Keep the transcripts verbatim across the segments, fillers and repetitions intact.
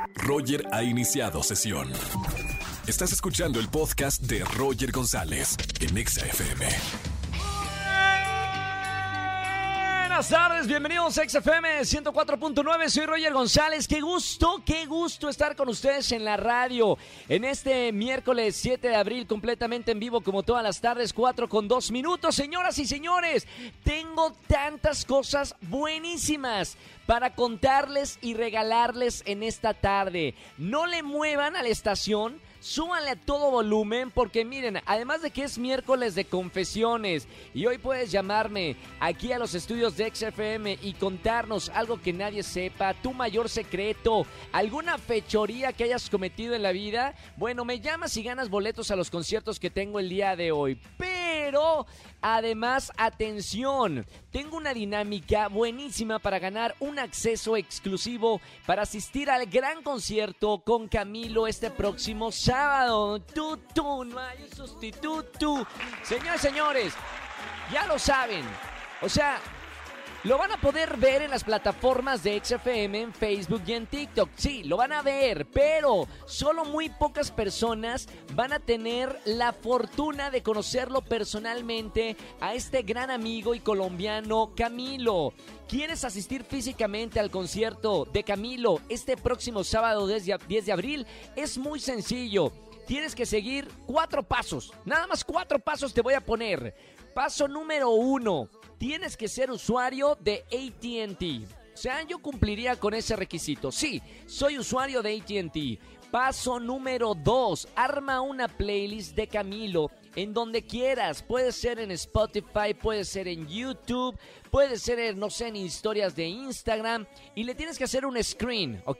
Roger ha iniciado sesión. Estás escuchando el podcast de Roger González en Exa F M. Buenas tardes, bienvenidos a Exa F M ciento cuatro punto nueve, soy Roger González. Qué gusto, qué gusto estar con ustedes en la radio en este miércoles siete de abril, completamente en vivo como todas las tardes, cuatro con dos minutos. Señoras y señores, tengo tantas cosas buenísimas para contarles y regalarles en esta tarde. No le muevan a la estación, súbanle a todo volumen porque miren, además de que es miércoles de confesiones y hoy puedes llamarme aquí a los estudios de Exa F M y contarnos algo que nadie sepa, tu mayor secreto, alguna fechoría que hayas cometido en la vida, bueno, me llamas y ganas boletos a los conciertos que tengo el día de hoy. Pero además, atención, tengo una dinámica buenísima para ganar un acceso exclusivo para asistir al gran concierto con Camilo este próximo sábado. Tú, tú, no hay un sustituto. Señores, señores, ya lo saben. O sea, lo van a poder ver en las plataformas de Exa F M, en Facebook y en TikTok. Sí, lo van a ver, pero solo muy pocas personas van a tener la fortuna de conocerlo personalmente a este gran amigo y colombiano Camilo. ¿Quieres asistir físicamente al concierto de Camilo este próximo sábado diez de abril? Es muy sencillo. Tienes que seguir cuatro pasos. Nada más cuatro pasos te voy a poner. Paso número uno. Tienes que ser usuario de A T and T. O sea, yo cumpliría con ese requisito. Sí, soy usuario de A T and T. Paso número dos. Arma una playlist de Camilo en donde quieras. Puede ser en Spotify, puede ser en YouTube, puede ser, en, no sé, en historias de Instagram. Y le tienes que hacer un screen, ¿ok?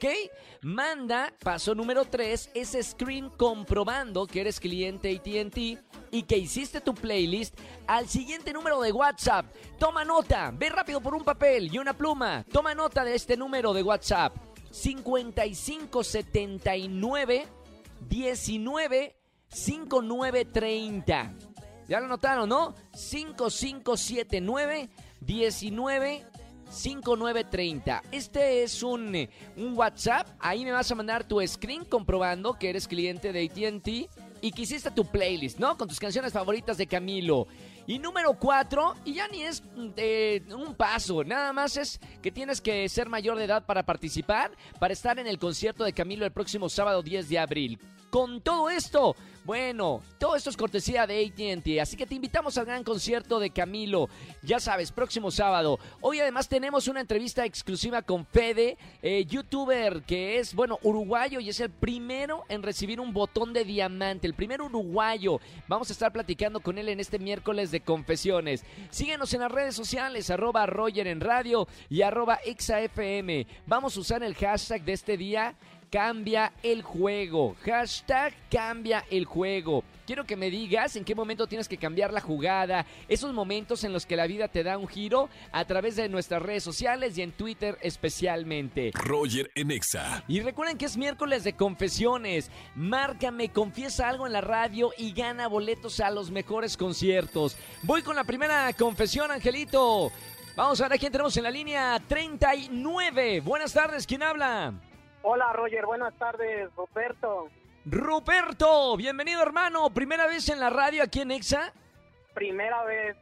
Manda, paso número tres, ese screen comprobando que eres cliente A T and T y que hiciste tu playlist al siguiente número de WhatsApp. Toma nota, ve rápido por un papel y una pluma. Toma nota de este número de WhatsApp. cincuenta y cinco setenta y nueve diecinueve cincuenta y nueve treinta. Ya lo notaron, ¿no? cincuenta y cinco setenta y nueve diecinueve cincuenta y nueve treinta. Este es un, un WhatsApp. Ahí me vas a mandar tu screen comprobando que eres cliente de A T and T y que hiciste tu playlist, ¿no? Con tus canciones favoritas de Camilo. Y número cuatro, y ya ni es eh, un paso, nada más es que tienes que ser mayor de edad para participar, para estar en el concierto de Camilo el próximo sábado diez de abril. Con todo esto, bueno, todo esto es cortesía de A T and T, así que te invitamos al gran concierto de Camilo, ya sabes, próximo sábado. Hoy además tenemos una entrevista exclusiva con Fede, eh, youtuber que es, bueno, uruguayo y es el primero en recibir un botón de diamante, el primer uruguayo. Vamos a estar platicando con él en este miércoles de confesiones. Síguenos en las redes sociales, arroba Roger en radio y arroba Exa F M. Vamos a usar el hashtag de este día, Cambia el juego. Hashtag cambia el juego. Quiero que me digas en qué momento tienes que cambiar la jugada, esos momentos en los que la vida te da un giro, a través de nuestras redes sociales y en Twitter especialmente. Roger en Exa. Y recuerden que es miércoles de confesiones. Márcame, confiesa algo en la radio y gana boletos a los mejores conciertos. Voy con la primera confesión, Angelito. Vamos a ver a quién tenemos en la línea treinta y nueve. Buenas tardes, ¿quién habla? Hola, Roger, buenas tardes, Ruperto. Ruperto, bienvenido, hermano. ¿Primera vez en la radio aquí en Exa? Primera vez.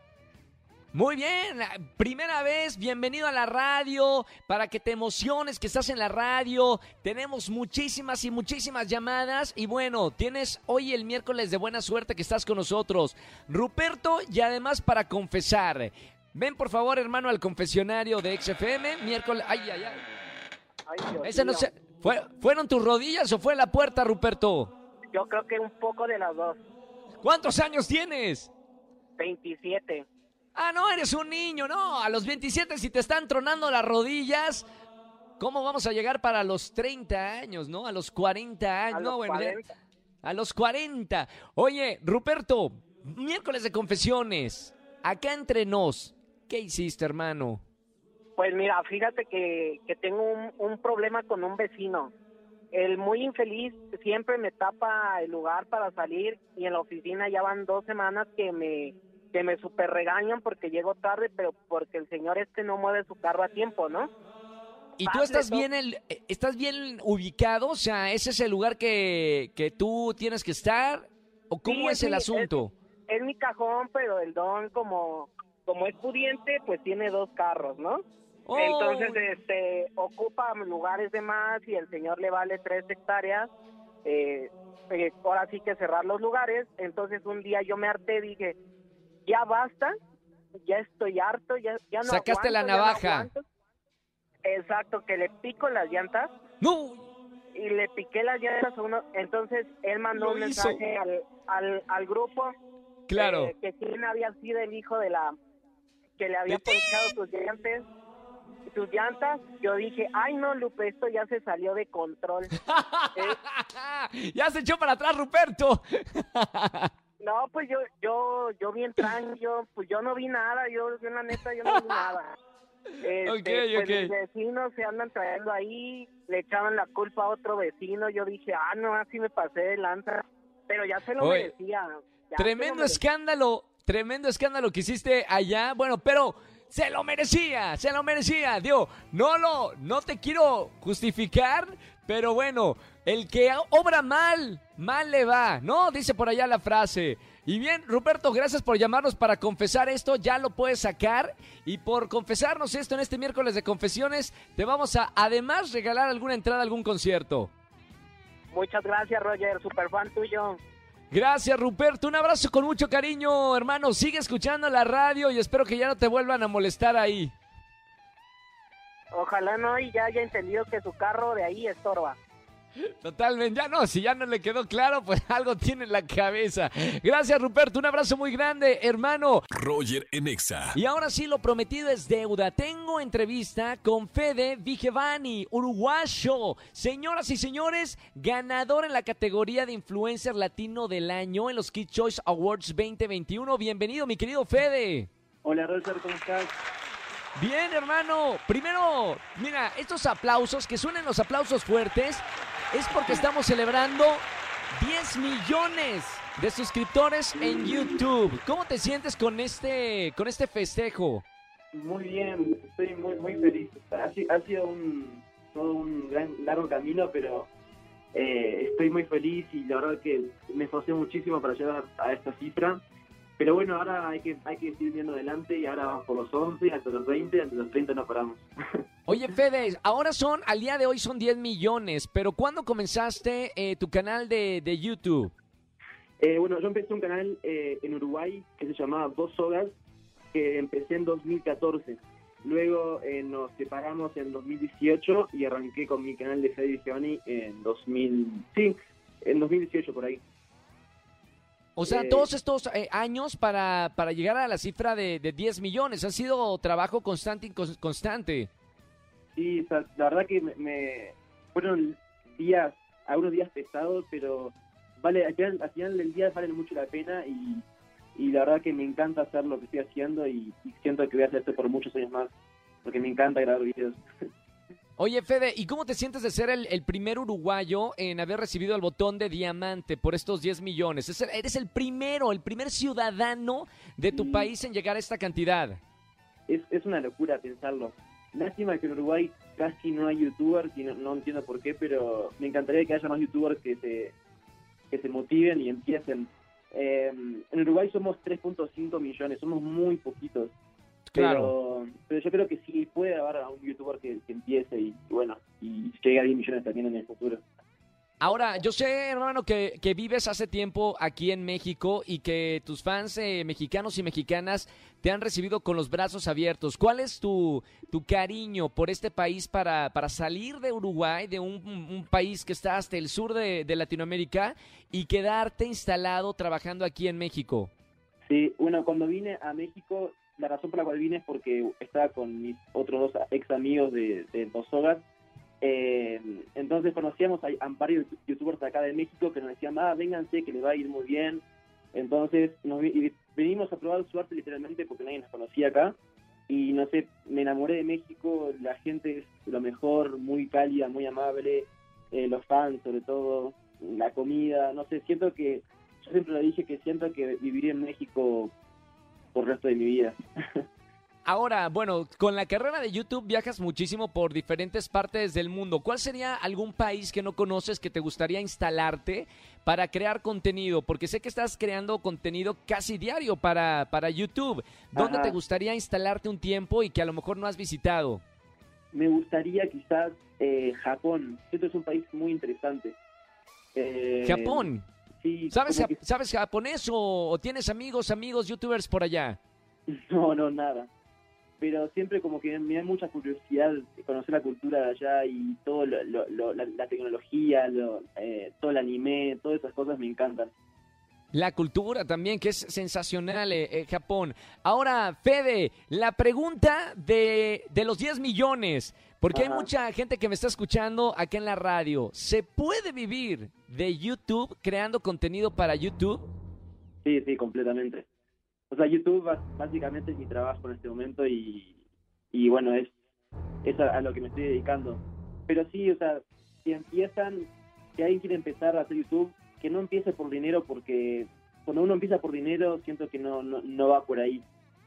Muy bien, primera vez, bienvenido a la radio, para que te emociones que estás en la radio. Tenemos muchísimas y muchísimas llamadas y bueno, tienes hoy el miércoles de buena suerte que estás con nosotros. Ruperto, y además para confesar, ven por favor, hermano, al confesionario de Exa F M, miércoles... Ay, ay, ay. Ay, Dios Ese no mío. se... ¿Fue, ¿Fueron tus rodillas o fue la puerta, Ruperto? Yo creo que un poco de las dos. ¿Cuántos años tienes? veintisiete. Ah, no, eres un niño, no. A los veintisiete, si te están tronando las rodillas, ¿cómo vamos a llegar para los treinta años, no? A los cuarenta años. A los no, bueno, ya- cuarenta. a los cuarenta. Oye, Ruperto, miércoles de confesiones. Acá entre nos, ¿qué hiciste, hermano? Pues mira, fíjate que, que tengo un, un problema con un vecino. El muy infeliz siempre me tapa el lugar para salir y en la oficina ya van dos semanas que me que me super regañan porque llego tarde, pero porque el señor este no mueve su carro a tiempo, ¿no? ¿Y tú estás bien, el, estás bien ubicado? O sea, ¿ese es el lugar que, que tú tienes que estar? ¿O cómo Sí, es el mi- asunto? Es, es mi cajón, pero el don, como, como es pudiente, pues tiene dos carros, ¿no? Oh, Entonces, este, ocupa lugares de más y el señor le vale tres hectáreas. Eh, eh, ahora sí que cerrar los lugares. Entonces, un día yo me harté, dije, ya basta, ya estoy harto, ya, ya no sacaste la aguanto, ya no navaja. aguanto. Exacto, que le pico las llantas ¡No! y le piqué las llantas a uno. Entonces, él mandó Lo un hizo. mensaje al, al, al grupo. Claro. eh, que quién había sido el hijo de la que le había De- ponchado sus llantas, sus llantas. Yo dije, ay no, Lupe, esto ya se salió de control. Eh, Ya se echó para atrás, Ruperto. no, pues yo, yo, yo bien tranquilo, pues yo no vi nada, yo, yo la neta, yo no vi nada. Este, Ok, pues ok. mis vecinos se andan trayendo ahí, le echaban la culpa a otro vecino. Yo dije, ah, no, así me pasé de lanza, pero ya se lo Oye, merecía. ya se lo Tremendo merecía. escándalo, tremendo escándalo que hiciste allá. Bueno, pero se lo merecía, se lo merecía. Digo, no lo, no te quiero justificar, pero bueno, el que obra mal, mal le va, ¿no? Dice por allá la frase. Y bien, Ruperto, gracias por llamarnos para confesar esto. Ya lo puedes sacar. Y por confesarnos esto en este miércoles de confesiones, te vamos a además regalar alguna entrada a algún concierto. Muchas gracias, Roger, super fan tuyo. Gracias, Ruperto. Un abrazo con mucho cariño, hermano. Sigue escuchando la radio y espero que ya no te vuelvan a molestar ahí. Ojalá no, y ya haya entendido que su carro de ahí estorba. Totalmente. Ya no, si ya no le quedó claro, pues algo tiene en la cabeza. Gracias, Ruperto. Un abrazo muy grande, hermano. Roger en Exa. Y ahora sí, lo prometido es deuda. Tengo entrevista con Fede Vigevani, uruguayo. Señoras y señores, ganador en la categoría de Influencer Latino del Año en los Kid Choice Awards veinte veintiuno. Bienvenido, mi querido Fede. Hola Roger, ¿cómo estás? Bien, hermano. Primero, mira, estos aplausos, que suenen los aplausos fuertes, es porque estamos celebrando diez millones de suscriptores en YouTube. ¿Cómo te sientes con este, con este festejo? Muy bien, estoy muy muy feliz. Ha, si- ha sido un todo un gran largo camino, pero eh, estoy muy feliz y la verdad que me esforcé muchísimo para llegar a esta cifra. Pero bueno, ahora hay que hay que seguir viendo adelante y ahora vamos por los once, hasta los veinte, hasta los treinta no paramos. Oye, Fede, ahora son, al día de hoy son diez millones, pero ¿cuándo comenzaste eh, tu canal de, de YouTube? Eh, bueno, yo empecé un canal eh, en Uruguay que se llamaba Dos Sogas, que empecé en dos mil catorce. Luego eh, nos separamos en dos mil dieciocho y arranqué con mi canal de Fede Vigevani en dos mil... Sí, en dos mil dieciocho por ahí. O sea, Eh, todos estos eh, años para, para llegar a la cifra de, de diez millones, ha sido trabajo constante y cons- constante. Sí, o sea, la verdad que me, me- fueron días, algunos días pesados, pero vale, al final, al final del día vale mucho la pena y, y la verdad que me encanta hacer lo que estoy haciendo y, y siento que voy a hacer esto por muchos años más, porque me encanta grabar videos. Oye, Fede, ¿y cómo te sientes de ser el, el primer uruguayo en haber recibido el botón de diamante por estos diez millones? Es el- eres el primero, el primer ciudadano de tu Sí. país en llegar a esta cantidad. Es, es una locura pensarlo. Lástima que en Uruguay casi no hay youtubers y no, no entiendo por qué, pero me encantaría que haya más youtubers que se, que se motiven y empiecen. Eh, en Uruguay somos tres punto cinco millones, somos muy poquitos. Claro. Pero, pero yo creo que sí puede haber a un youtuber que, que empiece y, y bueno, y llegue a diez millones también en el futuro. Ahora, yo sé, hermano, que, que vives hace tiempo aquí en México y que tus fans eh, mexicanos y mexicanas te han recibido con los brazos abiertos. ¿Cuál es tu, tu cariño por este país para, para salir de Uruguay, de un, un país que está hasta el sur de, de Latinoamérica, y quedarte instalado trabajando aquí en México? Sí, bueno, cuando vine a México, la razón por la cual vine es porque estaba con mis otros dos ex amigos de, de Dos Sogas. Eh, entonces conocíamos a, a varios youtubers de acá de México que nos decían, ah, vénganse, que les va a ir muy bien. Entonces nos vi- y venimos a probar suerte literalmente porque nadie nos conocía acá. Y no sé, me enamoré de México, la gente es lo mejor, muy cálida, muy amable, eh, los fans sobre todo, la comida, no sé, siento que, yo siempre lo dije que siento que viviría en México por el resto de mi vida. Ahora, bueno, con la carrera de YouTube viajas muchísimo por diferentes partes del mundo. ¿Cuál sería algún país que no conoces que te gustaría instalarte para crear contenido? Porque sé que estás creando contenido casi diario para, para YouTube. ¿Dónde Ajá. te gustaría instalarte un tiempo y que a lo mejor no has visitado? Me gustaría quizás eh, Japón. Esto es un país muy interesante. Eh, Japón. Sí, ¿Sabes, como que- ¿sabes japonés o, o tienes amigos, amigos, youtubers por allá? No, no, nada. Pero siempre como que me da mucha curiosidad de conocer la cultura de allá y todo lo, lo- lo- la, la tecnología, lo, eh, todo el anime, todas esas cosas me encantan. La cultura también, que es sensacional, eh, eh, Japón. Ahora, Fede, la pregunta de, de los diez millones, porque hay Ajá. mucha gente que me está escuchando acá en la radio. ¿Se puede vivir de YouTube creando contenido para YouTube? Sí, sí, completamente. O sea, YouTube bas- básicamente es mi trabajo en este momento y, y bueno, es, es a, a lo que me estoy dedicando. Pero sí, o sea, si empiezan, si alguien quiere empezar a hacer YouTube, que no empiece por dinero porque cuando uno empieza por dinero siento que no, no, no va por ahí.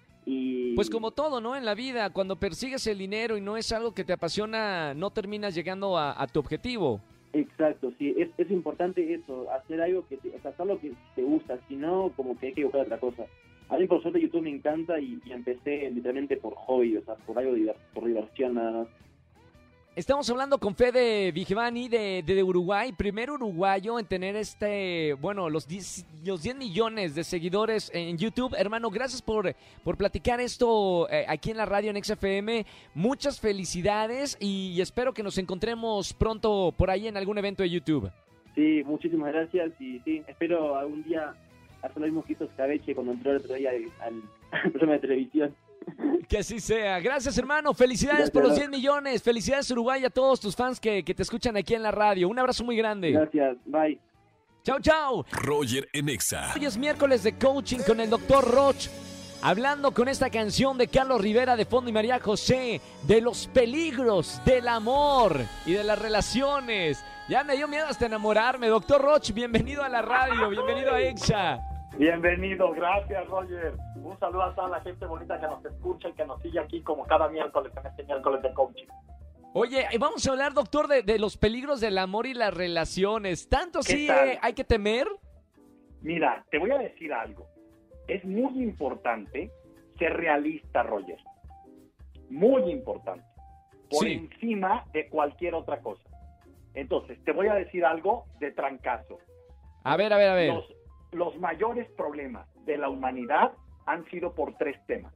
Y Pues como todo, ¿no? En la vida, cuando persigues el dinero y no es algo que te apasiona, no terminas llegando a, a tu objetivo. Exacto, sí, es, es importante eso, hacer algo que te, o sea, hacer lo que te gusta, si no, como que hay que buscar otra cosa. A mí por suerte YouTube me encanta y, y empecé literalmente por hobby, o sea, por algo diver- por diversión nada más. Estamos hablando con Fede Vigevani de, de, de Uruguay, primer uruguayo en tener este, bueno, los diez, los diez millones de seguidores en YouTube. Hermano, gracias por, por platicar esto eh, aquí en la radio en X F M. Muchas felicidades y, y espero que nos encontremos pronto por ahí en algún evento de YouTube. Sí, muchísimas gracias y sí, espero algún día hacer lo mismo que hizo Escabeche cuando entró el otro día al, al- al programa de televisión. Que así sea. Gracias, hermano. Felicidades Gracias. por los diez millones. Felicidades, Uruguay, a todos tus fans que, que te escuchan aquí en la radio. Un abrazo muy grande. Gracias, bye. Chao, chao. Roger en Exa. Hoy es miércoles de coaching con el doctor Roch, hablando con esta canción de Carlos Rivera de fondo y María José, de los peligros del amor y de las relaciones. Ya me dio miedo hasta enamorarme. Doctor Roch, bienvenido a la radio, bienvenido a Exa. Bienvenido, gracias Roger. Un saludo a toda la gente bonita que nos escucha y que nos sigue aquí como cada miércoles en este miércoles de coaching. Oye, y vamos a hablar, doctor, de, de los peligros del amor y las relaciones. ¿Tanto ¿Qué sí tal? eh, hay que temer? Mira, te voy a decir algo. Es muy importante ser realista, Roger. Muy importante. Por Sí. encima de cualquier otra cosa. Entonces, te voy a decir algo de trancazo. A ver, a ver, a ver. Los, los mayores problemas de la humanidad han sido por tres temas.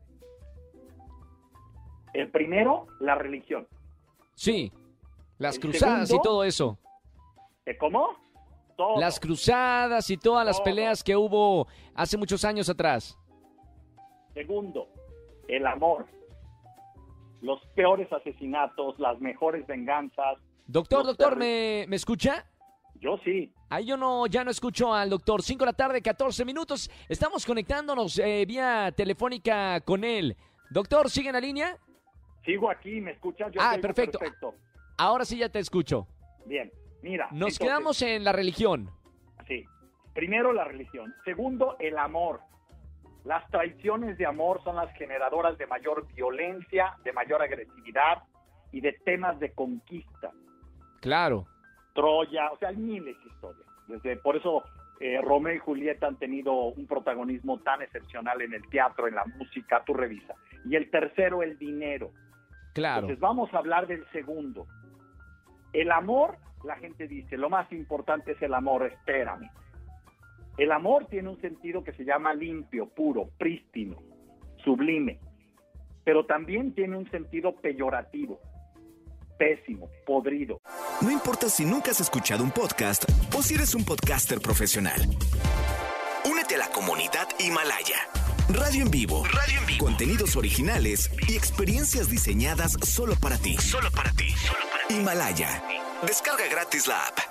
El primero, la religión. Sí, las El cruzadas y segundo- todo eso. ¿Eh, ¿Cómo? Todo. Las cruzadas y todas las Todo. peleas que hubo hace muchos años atrás. Segundo, el amor. Los peores asesinatos, las mejores venganzas. Doctor, Los doctor, terri- ¿me, ¿me escucha? Yo sí. Ahí yo no, ya no escucho al doctor. cinco de la tarde, catorce minutos. Estamos conectándonos eh, vía telefónica con él. Doctor, ¿sigue en la línea? Sigo aquí, ¿me escuchas? Yo Ah, te oigo perfecto. perfecto. Ahora sí ya te escucho. Bien, mira. Nos entonces, quedamos en la religión. Sí. Primero, la religión. Segundo, el amor. Las traiciones de amor son las generadoras de mayor violencia, de mayor agresividad y de temas de conquista. Claro. Troya, o sea, hay miles de historias. Desde, por eso eh, Romeo y Julieta han tenido un protagonismo tan excepcional en el teatro, en la música, tú revisa. Y el tercero, el dinero. Claro. Entonces vamos a hablar del segundo. El amor, la gente dice, lo más importante es el amor, espérame. El amor tiene un sentido que se llama limpio, puro, prístino, sublime, pero también tiene un sentido peyorativo, pésimo, podrido. No importa si nunca has escuchado un podcast o si eres un podcaster profesional. Únete a la comunidad Himalaya. Radio en vivo. Radio en vivo. Contenidos originales y experiencias diseñadas solo para ti. Solo para ti. Solo para ti. Himalaya. Descarga gratis la app.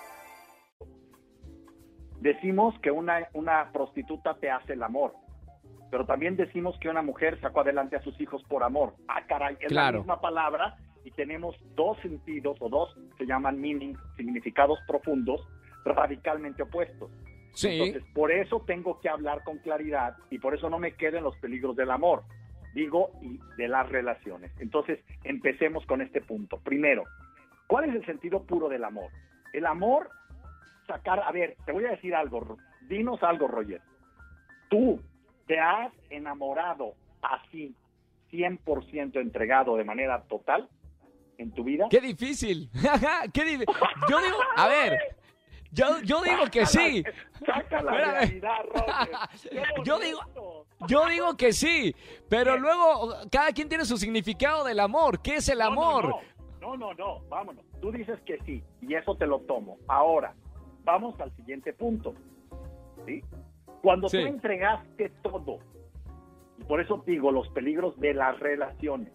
Decimos que una, una prostituta te hace el amor, pero también decimos que una mujer sacó adelante a sus hijos por amor. Ah, caray, es Claro. la misma palabra y tenemos dos sentidos o dos, se llaman meanings, significados profundos, radicalmente opuestos. Sí. Entonces, por eso tengo que hablar con claridad y por eso no me quedo en los peligros del amor. digo, y de las relaciones. Entonces, empecemos con este punto. Primero, ¿cuál es el sentido puro del amor? El amor, sacar, a ver, te voy a decir algo, dinos algo, Roger. ¿Tú te has enamorado así, cien por ciento entregado de manera total en tu vida? ¡Qué difícil! ¡Qué difícil! Yo digo, a ver, yo, yo digo que sí. Saca la Espérame. realidad, Roger. Yo digo, yo digo que sí, pero luego cada quien tiene su significado del amor. ¿Qué es el No, amor? No, no, no, no, no, vámonos. Tú dices que sí, y eso te lo tomo. Ahora, vamos al siguiente punto. ¿Sí? Cuando Sí. tú entregaste todo, y por eso digo los peligros de las relaciones,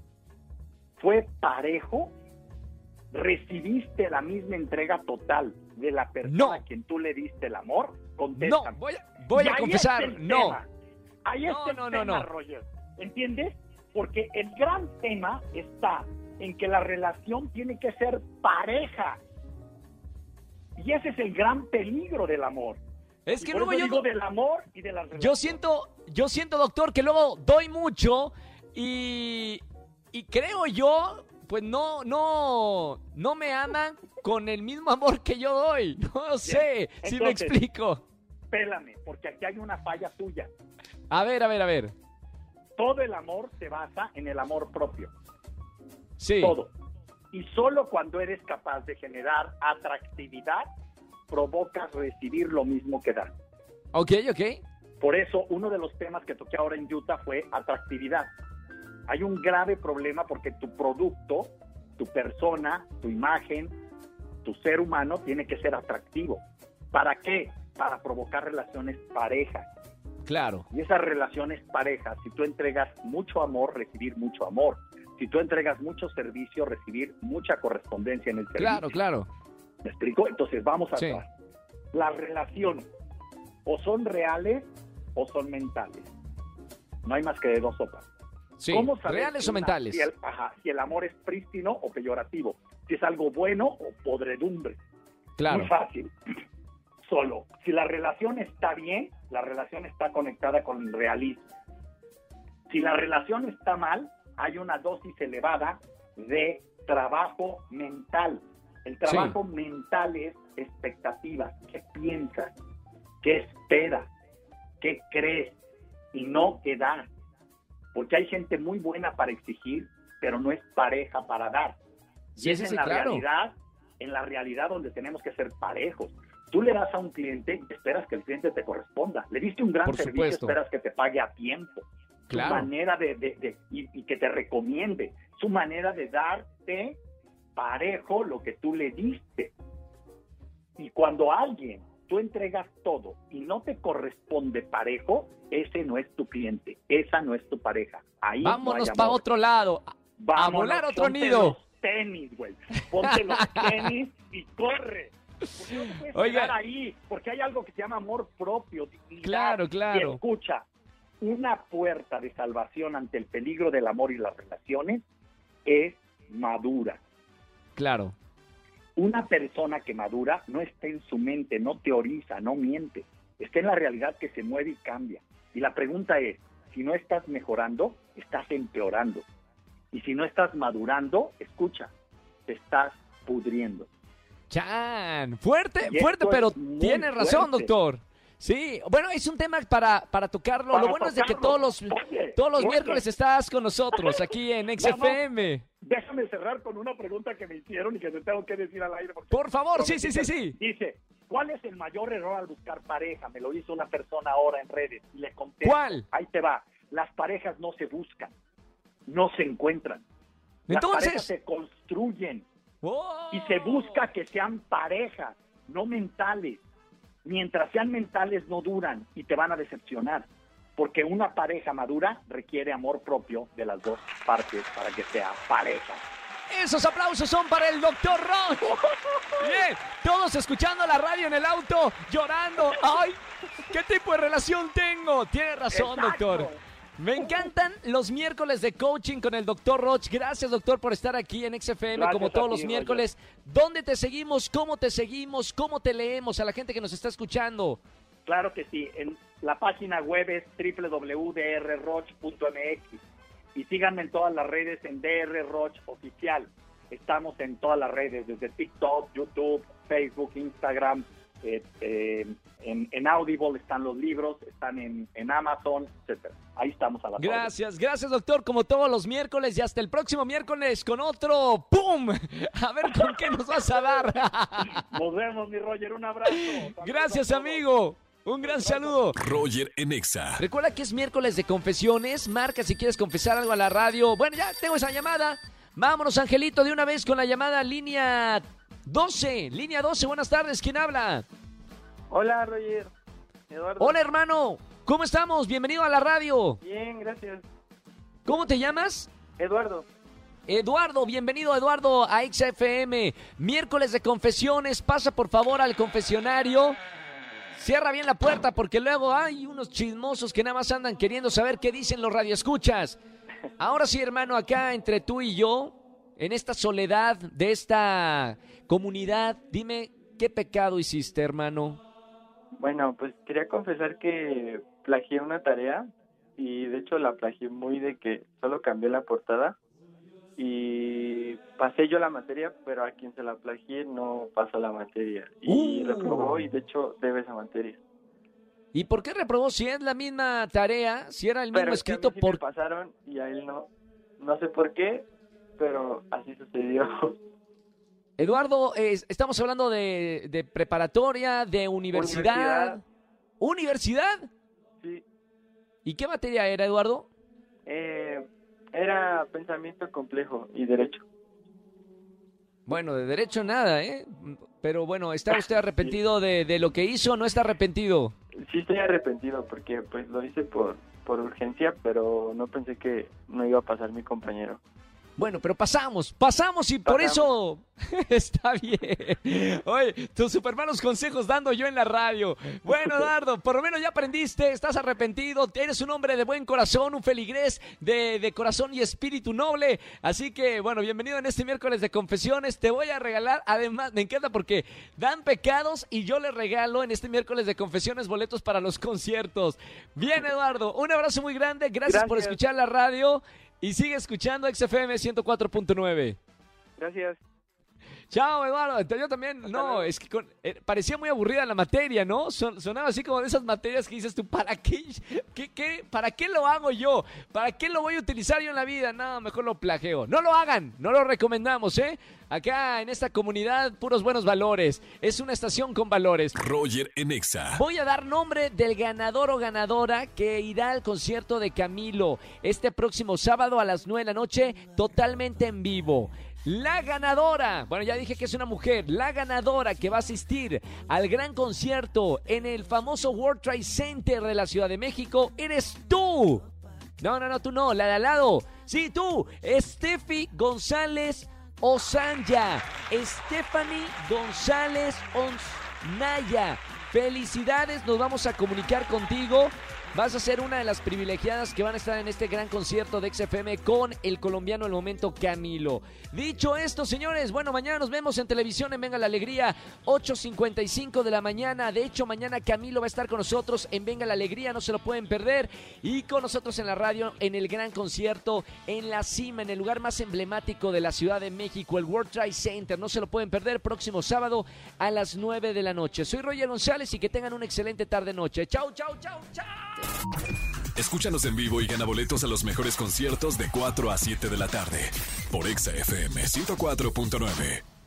¿fue parejo? ¿Recibiste la misma entrega total de la persona No. a quien tú le diste el amor? No, Contéstame. voy a, voy Y a ahí confesar, está el no. tema. Ahí No, está el no, no, tema, no. Roger. ¿Entiendes? Porque el gran tema está en que la relación tiene que ser pareja. Y ese es el gran peligro del amor. Es Y que por luego eso yo, digo del amor y de la relación. yo siento, yo siento, doctor, que luego doy mucho y, y creo yo, pues no, no, no me aman con el mismo amor que yo doy. No sé si me Entonces, explico. Pélame, porque aquí hay una falla tuya. A ver, a ver, a ver. Todo el amor se basa en el amor propio. Sí. Todo. Y solo cuando eres capaz de generar atractividad, provocas recibir lo mismo que das. Ok, ok. Por eso, uno de los temas que toqué ahora en Utah fue atractividad. Hay un grave problema porque tu producto, tu persona, tu imagen, tu ser humano tiene que ser atractivo. ¿Para qué? Para provocar relaciones parejas. Claro. Y esas relaciones parejas, si tú entregas mucho amor, recibir mucho amor. Si tú entregas mucho servicio, recibir mucha correspondencia en el servicio. Claro, claro. ¿Me explico? Entonces vamos a Sí. atrás. Las relaciones o son reales o son mentales. No hay más que de dos sopas. Sí. ¿Cómo saber ¿Reales si o una- mentales? Si el, ajá, si el amor es prístino o peyorativo. Si es algo bueno o podredumbre. Claro. Muy fácil. Solo. Si la relación está bien, la relación está conectada con el realismo. Si la relación está mal, hay una dosis elevada de trabajo mental. El trabajo mental es expectativas. ¿Qué piensas? ¿Qué esperas? ¿Qué crees? Y no qué das. Porque hay gente muy buena para exigir, pero no es pareja para dar. Sí, y es sí, en sí, la claro. realidad, en la realidad donde tenemos que ser parejos. Tú le das a un cliente y esperas que el cliente te corresponda. Le diste un gran Por servicio, supuesto. esperas que te pague a tiempo. Claro. Su manera de, de, de y, y que te recomiende. Su manera de darte parejo lo que tú le diste. Y cuando alguien, tú entregas todo y no te corresponde parejo, ese no es tu cliente, esa no es tu pareja. Ahí Vámonos no hay para amor. otro lado. A Vámonos, volar otro ponte nido. los tenis, güey. Ponte los tenis y corre. Porque no te puedes Oiga. quedar ahí, porque hay algo que se llama amor propio, dignidad. Claro, claro. Y escucha, una puerta de salvación ante el peligro del amor y las relaciones es madura. Claro. Una persona que madura no está en su mente, no teoriza, no miente. Está en la realidad que se mueve y cambia. Y la pregunta es, si no estás mejorando, estás empeorando. Y si no estás madurando, escucha, te estás pudriendo. Chan, fuerte, Y fuerte, esto pero es muy tiene razón, fuerte. doctor. Sí, bueno, es un tema para, para tocarlo. Para Lo bueno es de que tocarlo. todos los, Oye, todos los oye. miércoles estás con nosotros aquí en X F M. Déjame cerrar con una pregunta que me hicieron y que te tengo que decir al aire. porque Por favor, sí, sí, sí, prometiste. sí. Dice, ¿cuál es el mayor error al buscar pareja? Me lo hizo una persona ahora en redes y le conté. ¿Cuál? Ahí te va. Las parejas no se buscan, no se encuentran. Las parejas Entonces, se construyen ¡oh! y se busca que sean parejas, no mentales. Mientras sean mentales no duran y te van a decepcionar. Porque una pareja madura requiere amor propio de las dos partes para que sea pareja. Esos aplausos son para el doctor Roch. Bien, todos escuchando la radio en el auto, llorando. ¡Ay! ¿Qué tipo de relación tengo? Tiene razón, Exacto. doctor. Me encantan los miércoles de coaching con el doctor Roch. Gracias, doctor, por estar aquí en X F M Gracias como a todos ti, los Roger. miércoles. ¿Dónde te seguimos? ¿Cómo te seguimos? ¿Cómo te leemos a la gente que nos está escuchando? Claro que sí. En la página web es doble u doble u doble u punto d r roch punto m x. Y síganme en todas las redes en D R Roch Oficial. Estamos en todas las redes, desde TikTok, YouTube, Facebook, Instagram, eh, eh, en, en Audible están los libros, están en, en Amazon, etcétera. Ahí estamos a la Gracias, gracias doctor, como todos los miércoles y hasta el próximo miércoles con otro ¡pum! A ver con qué nos vas a dar. Nos vemos, mi Roger, un abrazo. Gracias, amigo. Un gran saludo. Roger en Exa. Recuerda que es miércoles de confesiones. Marca si quieres confesar algo a la radio. Bueno, ya tengo esa llamada. Vámonos, Angelito, de una vez con la llamada línea doce. Línea doce, buenas tardes. ¿Quién habla? Hola, Roger. Eduardo. Hola, hermano. ¿Cómo estamos? Bienvenido a la radio. Bien, gracias. ¿Cómo te llamas? Eduardo. Eduardo, bienvenido, Eduardo, a X F M. Miércoles de confesiones. Pasa, por favor, al confesionario. Cierra bien la puerta porque luego hay unos chismosos que nada más andan queriendo saber qué dicen los radioescuchas. Ahora sí, hermano, acá entre tú y yo, en esta soledad de esta comunidad, dime, ¿qué pecado hiciste, hermano? Bueno, pues quería confesar que plagié una tarea y de hecho la plagié muy de que solo cambié la portada y pasé yo la materia, pero a quien se la plagié no pasó la materia y uh. reprobó y de hecho debe esa materia. ¿Y por qué reprobó si es la misma tarea, si era el mismo pero escrito? Es que a mí sí por me pasaron y a él no, no sé por qué, pero así sucedió. Eduardo, eh, estamos hablando de, de preparatoria, de universidad. ¿Universidad? ¿Universidad? Sí. ¿Y qué materia era, Eduardo? Eh, era pensamiento complejo y derecho. Bueno, de derecho nada, ¿eh? Pero bueno, ¿está usted arrepentido de, de lo que hizo o no está arrepentido? Sí estoy arrepentido porque pues lo hice por, por urgencia, pero no pensé que no iba a pasar mi compañero. Bueno, pero pasamos, pasamos y por Pasamos. eso está bien. Oye, tus supermanos consejos dando yo en la radio. Bueno, Eduardo, por lo menos ya aprendiste, estás arrepentido, eres un hombre de buen corazón, un feligrés de, de corazón y espíritu noble. Así que, bueno, bienvenido en este miércoles de confesiones. Te voy a regalar, además, me encanta porque dan pecados y yo le regalo en este miércoles de confesiones boletos para los conciertos. Bien, Eduardo, un abrazo muy grande, gracias, Gracias. por escuchar la radio. Y sigue escuchando X F M ciento cuatro punto nueve. Gracias. Chao, Eduardo. Yo también, Hasta no, luego. es que con- eh, parecía muy aburrida la materia, ¿no? Son- sonaba así como de esas materias que dices tú, ¿para qué, qué, qué? ¿Para qué lo hago yo? ¿Para qué lo voy a utilizar yo en la vida? No, mejor lo plageo. No lo hagan, no lo recomendamos, ¿eh? Acá en esta comunidad, puros buenos valores. Es una estación con valores. Roger en Exa. Voy a dar nombre del ganador o ganadora que irá al concierto de Camilo este próximo sábado a las nueve de la noche, totalmente en vivo. La ganadora, bueno, ya dije que es una mujer, la ganadora que va a asistir al gran concierto en el famoso World Trade Center de la Ciudad de México, eres tú. No, no, no, tú no, la de al lado. Sí, tú, Steffi González Osanya. Stephanie González Osnaya. Felicidades, nos vamos a comunicar contigo. Vas a ser una de las privilegiadas que van a estar en este gran concierto de X F M con el colombiano del momento Camilo. Dicho esto, señores, bueno, mañana nos vemos en televisión en Venga la Alegría, ocho cincuenta y cinco de la mañana. De hecho, mañana Camilo va a estar con nosotros en Venga la Alegría, no se lo pueden perder. Y con nosotros en la radio en el gran concierto, en la cima, en el lugar más emblemático de la Ciudad de México, el World Trade Center. No se lo pueden perder, próximo sábado a las nueve de la noche. Soy Roger González y que tengan una excelente tarde-noche. Chau, chau, chau, chau. Escúchanos en vivo y gana boletos a los mejores conciertos de cuatro a siete de la tarde por Exa F M ciento cuatro punto nueve.